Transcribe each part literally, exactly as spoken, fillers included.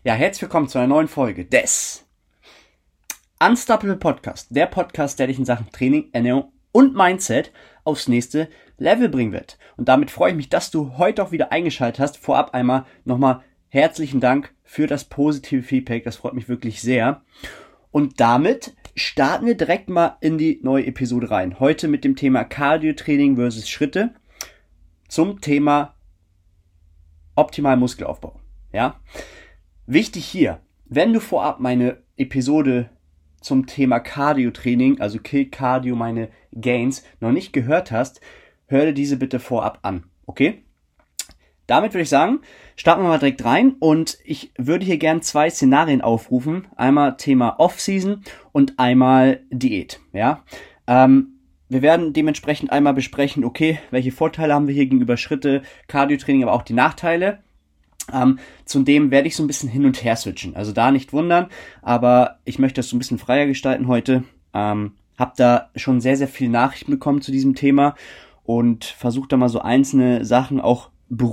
Ja, herzlich willkommen zu einer neuen Folge des Unstoppable Podcast. Der Podcast, der dich in Sachen Training, Ernährung und Mindset aufs nächste Level bringen wird. Und damit freue ich mich, dass du heute auch wieder eingeschaltet hast. Vorab einmal nochmal herzlichen Dank für das positive Feedback. Das freut mich wirklich sehr. Und damit starten wir direkt mal in die neue Episode rein. Heute mit dem Thema Cardio-Training versus Schritte zum Thema optimalen Muskelaufbau. Ja? Wichtig hier, wenn du vorab meine Episode zum Thema Cardio-Training, also Kill Cardio, meine Gains, noch nicht gehört hast, hör dir diese bitte vorab an, okay? Damit würde ich sagen, starten wir mal direkt rein und ich würde hier gern zwei Szenarien aufrufen. Einmal Thema Off-Season und einmal Diät, ja? Ähm, wir werden dementsprechend einmal besprechen, okay, welche Vorteile haben wir hier gegenüber Schritte, Cardio-Training, aber auch die Nachteile. Ähm, zudem werde ich so ein bisschen hin und her switchen, also da nicht wundern, aber ich möchte das so ein bisschen freier gestalten heute. Ähm, hab da schon sehr, sehr viele Nachrichten bekommen zu diesem Thema und versuche da mal so einzelne Sachen, auch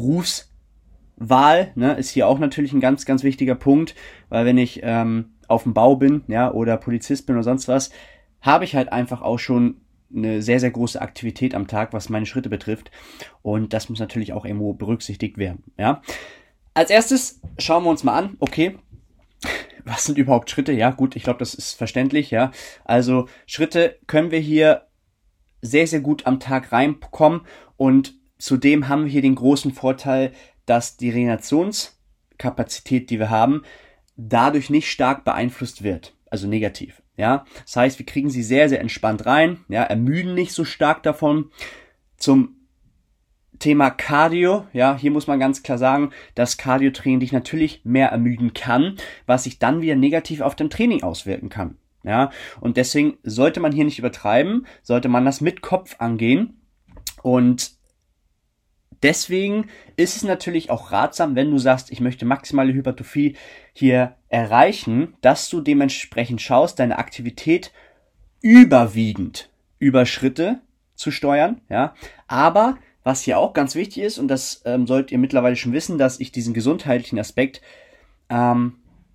Berufswahl, ne, ist hier auch natürlich ein ganz, ganz wichtiger Punkt, weil wenn ich ähm, auf dem Bau bin, ja, oder Polizist bin oder sonst was, habe ich halt einfach auch schon eine sehr, sehr große Aktivität am Tag, was meine Schritte betrifft, und das muss natürlich auch irgendwo berücksichtigt werden, ja. Als erstes schauen wir uns mal an, okay, was sind überhaupt Schritte? Ja, gut, ich glaube, das ist verständlich, ja. Also Schritte können wir hier sehr, sehr gut am Tag reinkommen und zudem haben wir hier den großen Vorteil, dass die Regenerationskapazität, die wir haben, dadurch nicht stark beeinflusst wird, also negativ, ja. Das heißt, wir kriegen sie sehr, sehr entspannt rein, ja, ermüden nicht so stark davon. Zum Thema Cardio, ja, hier muss man ganz klar sagen, dass Cardio-Training dich natürlich mehr ermüden kann, was sich dann wieder negativ auf dein Training auswirken kann, ja, und deswegen sollte man hier nicht übertreiben, sollte man das mit Kopf angehen und deswegen ist es natürlich auch ratsam, wenn du sagst, ich möchte maximale Hypertrophie hier erreichen, dass du dementsprechend schaust, deine Aktivität überwiegend über Schritte zu steuern, ja, aber was hier auch ganz wichtig ist, und das ähm, solltet ihr mittlerweile schon wissen, dass ich diesen gesundheitlichen Aspekt ähm,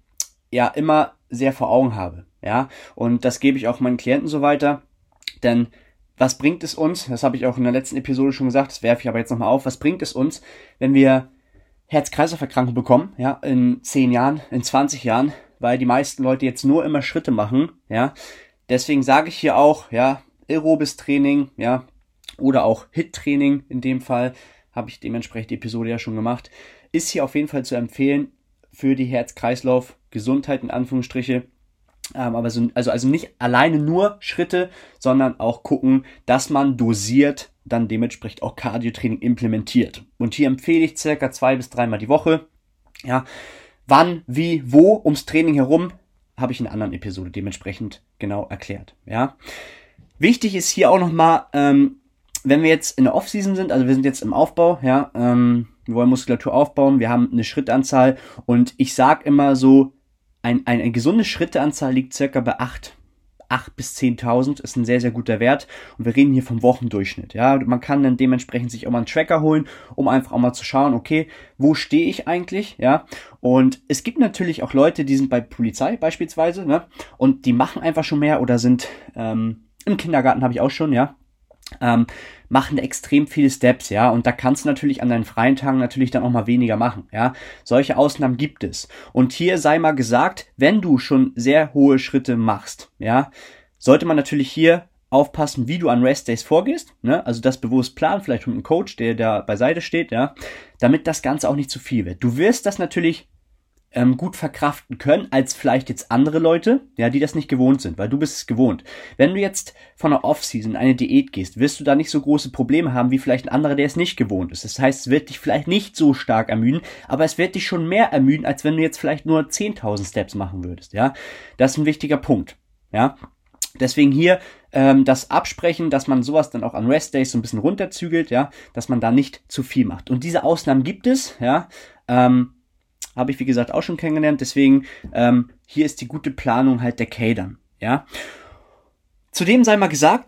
ja immer sehr vor Augen habe, ja, und das gebe ich auch meinen Klienten so weiter, denn was bringt es uns, das habe ich auch in der letzten Episode schon gesagt, das werfe ich aber jetzt nochmal auf, was bringt es uns, wenn wir Herz-Kreislauf-Erkrankung bekommen, ja, in zehn Jahren, in zwanzig Jahren, weil die meisten Leute jetzt nur immer Schritte machen, ja, deswegen sage ich hier auch, ja, aerobes Training, ja, oder auch Hit-Training in dem Fall, habe ich dementsprechend die Episode ja schon gemacht, ist hier auf jeden Fall zu empfehlen für die Herz-Kreislauf-Gesundheit in Anführungsstriche, ähm, aber so, also, also nicht alleine nur Schritte, sondern auch gucken, dass man dosiert dann dementsprechend auch Cardio-Training implementiert. Und hier empfehle ich circa zwei bis dreimal die Woche, ja, wann, wie, wo, ums Training herum, habe ich in einer anderen Episode dementsprechend genau erklärt, ja. Wichtig ist hier auch nochmal, ähm, wenn wir jetzt in der Off-Season sind, also wir sind jetzt im Aufbau, ja, ähm, wir wollen Muskulatur aufbauen, wir haben eine Schrittanzahl und ich sag immer so, ein, ein, eine gesunde Schritteanzahl liegt circa bei acht bis zehntausend, ist ein sehr, sehr guter Wert und wir reden hier vom Wochendurchschnitt, ja, man kann dann dementsprechend sich auch mal einen Tracker holen, um einfach auch mal zu schauen, okay, wo stehe ich eigentlich, ja, und es gibt natürlich auch Leute, die sind bei Polizei beispielsweise, ne, und die machen einfach schon mehr oder sind, ähm, im Kindergarten habe ich auch schon, ja, Ähm, machen extrem viele Steps, ja, und da kannst du natürlich an deinen freien Tagen natürlich dann auch mal weniger machen, ja, solche Ausnahmen gibt es, und hier sei mal gesagt, wenn du schon sehr hohe Schritte machst, ja, sollte man natürlich hier aufpassen, wie du an Restdays vorgehst, ne, also das bewusst planen, vielleicht mit einem Coach, der da beiseite steht, ja, damit das Ganze auch nicht zu viel wird. Du wirst das natürlich ähm, gut verkraften können, als vielleicht jetzt andere Leute, ja, die das nicht gewohnt sind, weil du bist es gewohnt. Wenn du jetzt von einer Off-Season in eine Diät gehst, wirst du da nicht so große Probleme haben, wie vielleicht ein anderer, der es nicht gewohnt ist. Das heißt, es wird dich vielleicht nicht so stark ermüden, aber es wird dich schon mehr ermüden, als wenn du jetzt vielleicht nur zehntausend Steps machen würdest, ja. Das ist ein wichtiger Punkt, ja. Deswegen hier ähm, das Absprechen, dass man sowas dann auch an Restdays so ein bisschen runterzügelt, ja, dass man da nicht zu viel macht. Und diese Ausnahmen gibt es, ja, ähm, habe ich, wie gesagt, auch schon kennengelernt. Deswegen, ähm, hier ist die gute Planung halt der Cadern, ja. Zudem sei mal gesagt,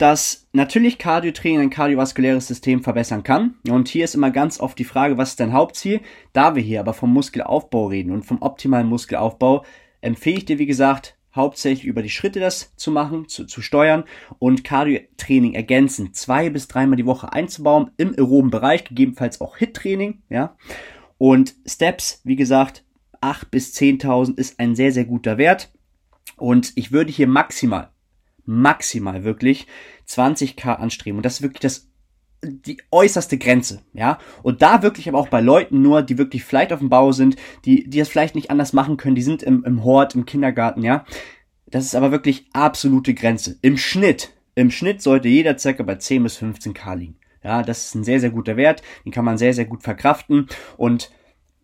dass natürlich Cardio-Training ein kardiovaskuläres System verbessern kann. Und hier ist immer ganz oft die Frage, was ist dein Hauptziel? Da wir hier aber vom Muskelaufbau reden und vom optimalen Muskelaufbau, empfehle ich dir, wie gesagt, hauptsächlich über die Schritte das zu machen, zu, zu steuern und Cardio-Training ergänzend zwei bis dreimal die Woche einzubauen im aeroben Bereich, gegebenenfalls auch H I I T-Training, ja. Und Steps, wie gesagt, acht bis zehntausend ist ein sehr, sehr guter Wert. Und ich würde hier maximal, maximal wirklich zwanzigtausend anstreben. Und das ist wirklich das die äußerste Grenze, ja, und da wirklich aber auch bei Leuten nur, die wirklich vielleicht auf dem Bau sind, die die das vielleicht nicht anders machen können, die sind im, im Hort, im Kindergarten, ja, das ist aber wirklich absolute Grenze. Im Schnitt, im Schnitt sollte jeder circa bei zehn bis fünfzehn K liegen, ja, das ist ein sehr, sehr guter Wert, den kann man sehr, sehr gut verkraften und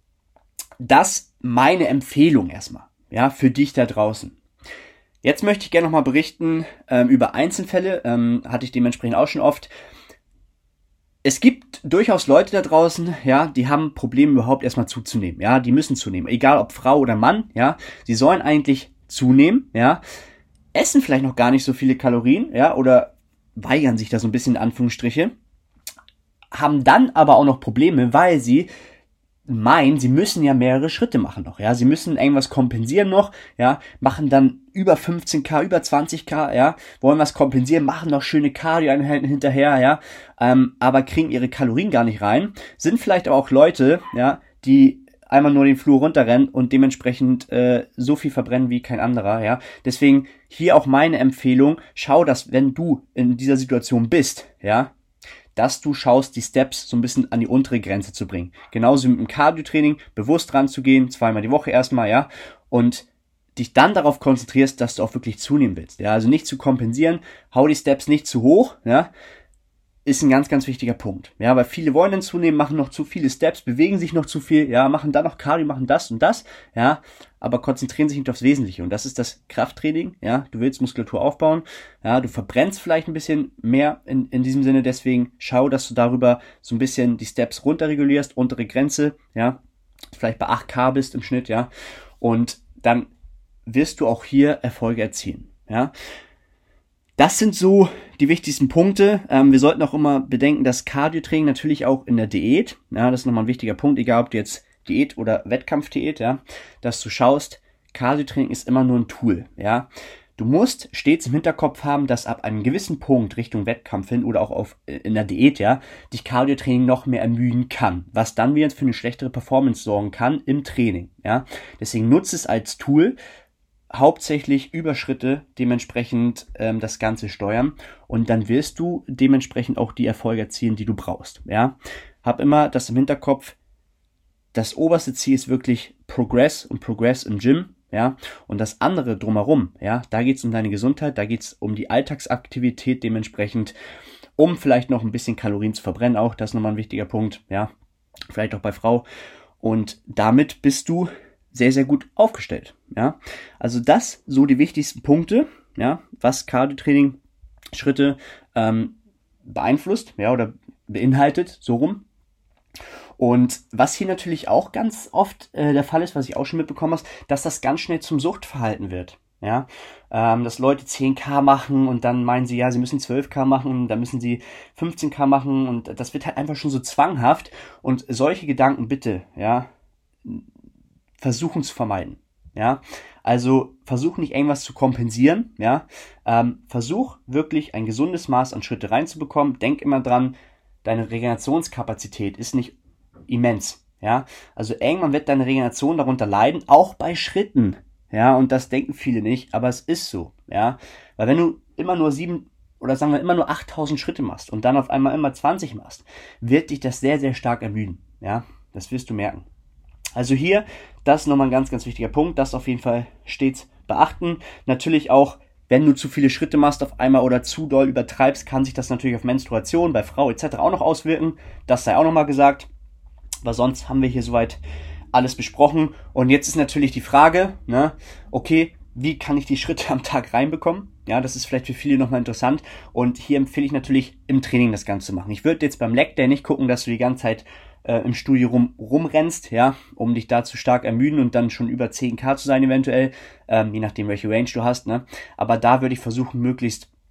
das meine Empfehlung erstmal, ja, für dich da draußen. Jetzt möchte ich gerne nochmal berichten ähm, über Einzelfälle, ähm, hatte ich dementsprechend auch schon oft. Es gibt durchaus Leute da draußen, ja, die haben Probleme überhaupt erstmal zuzunehmen, ja, die müssen zunehmen, egal ob Frau oder Mann, ja, sie sollen eigentlich zunehmen, ja, essen vielleicht noch gar nicht so viele Kalorien, ja, oder weigern sich da so ein bisschen in Anführungsstriche, haben dann aber auch noch Probleme, weil sie meinen, sie müssen ja mehrere Schritte machen noch, ja, sie müssen irgendwas kompensieren noch, ja, machen dann über fünfzehn K, über zwanzig K, ja, wollen was kompensieren, machen noch schöne Cardio-Einheiten hinterher, ja, ähm, aber kriegen ihre Kalorien gar nicht rein, sind vielleicht aber auch Leute, ja, die einmal nur den Flur runterrennen und dementsprechend äh, so viel verbrennen wie kein anderer, ja, deswegen hier auch meine Empfehlung, schau, dass wenn du in dieser Situation bist, ja, dass du schaust, die Steps so ein bisschen an die untere Grenze zu bringen. Genauso mit dem Cardio-Training, bewusst ranzugehen, zweimal die Woche erstmal, ja, und dich dann darauf konzentrierst, dass du auch wirklich zunehmen willst, ja, also nicht zu kompensieren, hau die Steps nicht zu hoch, ja, ist ein ganz, ganz wichtiger Punkt, ja, weil viele wollen dann zunehmen, machen noch zu viele Steps, bewegen sich noch zu viel, ja, machen dann noch Cardio, machen das und das, ja, aber konzentrieren sich nicht aufs Wesentliche und das ist das Krafttraining, ja, du willst Muskulatur aufbauen, ja, du verbrennst vielleicht ein bisschen mehr in, in diesem Sinne, deswegen schau, dass du darüber so ein bisschen die Steps runterregulierst, untere Grenze, ja, vielleicht bei acht K bist im Schnitt, ja, und dann wirst du auch hier Erfolge erzielen, ja. Das sind so die wichtigsten Punkte. Ähm, wir sollten auch immer bedenken, dass Cardio-Training natürlich auch in der Diät, ja, das ist nochmal ein wichtiger Punkt, egal ob du jetzt Diät oder Wettkampfdiät, ja, dass du schaust, Cardio-Training ist immer nur ein Tool, ja. Du musst stets im Hinterkopf haben, dass ab einem gewissen Punkt Richtung Wettkampf hin oder auch auf, in der Diät, ja, dich Cardio-Training noch mehr ermüden kann, was dann wieder für eine schlechtere Performance sorgen kann im Training, ja. Deswegen nutze es als Tool, hauptsächlich Überschritte dementsprechend ähm, das Ganze steuern und dann wirst du dementsprechend auch die Erfolge erzielen, die du brauchst, ja. Hab immer das im Hinterkopf, das oberste Ziel ist wirklich Progress und Progress im Gym, ja, und das andere drumherum, ja, da geht's um deine Gesundheit, da geht's um die Alltagsaktivität dementsprechend, um vielleicht noch ein bisschen Kalorien zu verbrennen, auch das ist nochmal ein wichtiger Punkt, ja, vielleicht auch bei Frau und damit bist du sehr, sehr gut aufgestellt, ja. Also das so die wichtigsten Punkte, ja, was Cardio-Training Schritte ähm, beeinflusst, ja, oder beinhaltet, so rum. Und was hier natürlich auch ganz oft äh, der Fall ist, was ich auch schon mitbekommen habe, dass das ganz schnell zum Suchtverhalten wird, ja. Ähm, dass Leute zehn K machen und dann meinen sie, ja, sie müssen zwölf K machen, dann müssen sie fünfzehn K machen und das wird halt einfach schon so zwanghaft und solche Gedanken bitte, ja, versuchen zu vermeiden, ja, also versuch nicht irgendwas zu kompensieren, ja, ähm, versuch wirklich ein gesundes Maß an Schritte reinzubekommen, denk immer dran, deine Regenerationskapazität ist nicht immens, ja, also irgendwann wird deine Regeneration darunter leiden, auch bei Schritten, ja, und das denken viele nicht, aber es ist so, ja, weil wenn du immer nur sieben oder sagen wir immer nur achttausend Schritte machst und dann auf einmal immer zwanzig machst, wird dich das sehr, sehr stark ermüden, ja, das wirst du merken. Also hier, das ist nochmal ein ganz, ganz wichtiger Punkt, das auf jeden Fall stets beachten. Natürlich auch, wenn du zu viele Schritte machst auf einmal oder zu doll übertreibst, kann sich das natürlich auf Menstruation, bei Frau et cetera auch noch auswirken. Das sei auch nochmal gesagt, aber sonst haben wir hier soweit alles besprochen. Und jetzt ist natürlich die Frage, ne, okay, wie kann ich die Schritte am Tag reinbekommen? Ja, das ist vielleicht für viele nochmal interessant. Und hier empfehle ich natürlich im Training das Ganze zu machen. Ich würde jetzt beim Leg Day nicht gucken, dass du die ganze Zeit äh, im Studio rum, rumrennst, ja, um dich da zu stark ermüden und dann schon über zehn K zu sein eventuell, ähm, je nachdem welche Range du hast, ne. Aber da würde ich versuchen, möglichst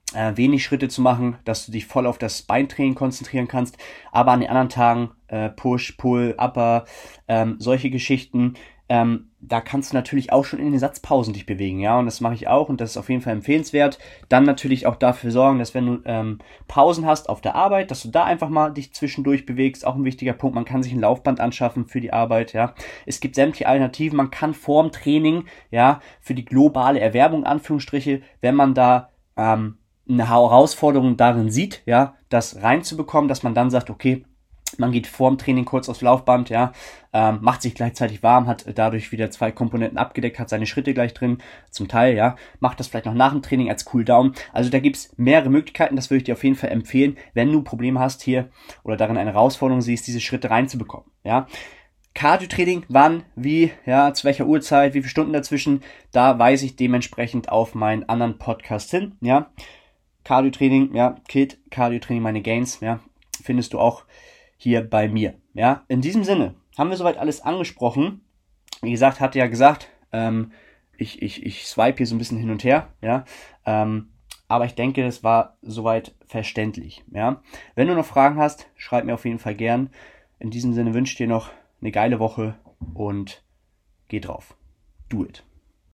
äh, wenig Schritte zu machen, dass du dich voll auf das Beintraining konzentrieren kannst, aber an den anderen Tagen äh, Push, Pull, Upper, ähm, solche Geschichten, ähm, da kannst du natürlich auch schon in den Satzpausen dich bewegen, ja, und das mache ich auch und das ist auf jeden Fall empfehlenswert. Dann natürlich auch dafür sorgen, dass wenn du ähm, Pausen hast auf der Arbeit, dass du da einfach mal dich zwischendurch bewegst, auch ein wichtiger Punkt. Man kann sich ein Laufband anschaffen für die Arbeit, ja. Es gibt sämtliche Alternativen, man kann vorm Training, ja, für die globale Erwerbung, Anführungsstriche, wenn man da ähm, eine Herausforderung darin sieht, ja, das reinzubekommen, dass man dann sagt, okay, man geht vorm Training kurz aufs Laufband, ja, ähm, macht sich gleichzeitig warm, hat dadurch wieder zwei Komponenten abgedeckt, hat seine Schritte gleich drin, zum Teil, ja, macht das vielleicht noch nach dem Training als Cooldown. Also da gibt's mehrere Möglichkeiten, das würde ich dir auf jeden Fall empfehlen, wenn du Probleme hast hier oder darin eine Herausforderung siehst, diese Schritte reinzubekommen, ja. Cardio-Training, wann, wie, ja, zu welcher Uhrzeit, wie viele Stunden dazwischen, da weise ich dementsprechend auf meinen anderen Podcast hin, ja. Cardio-Training, ja, Kit, Cardio-Training, meine Gains, ja, findest du auch hier bei mir, ja. In diesem Sinne haben wir soweit alles angesprochen. Wie gesagt, hatte ja gesagt, ähm, ich, ich, ich swipe hier so ein bisschen hin und her, ja, ähm, aber ich denke, das war soweit verständlich, ja. Wenn du noch Fragen hast, schreib mir auf jeden Fall gern. In diesem Sinne wünsche ich dir noch eine geile Woche und geh drauf. Do it.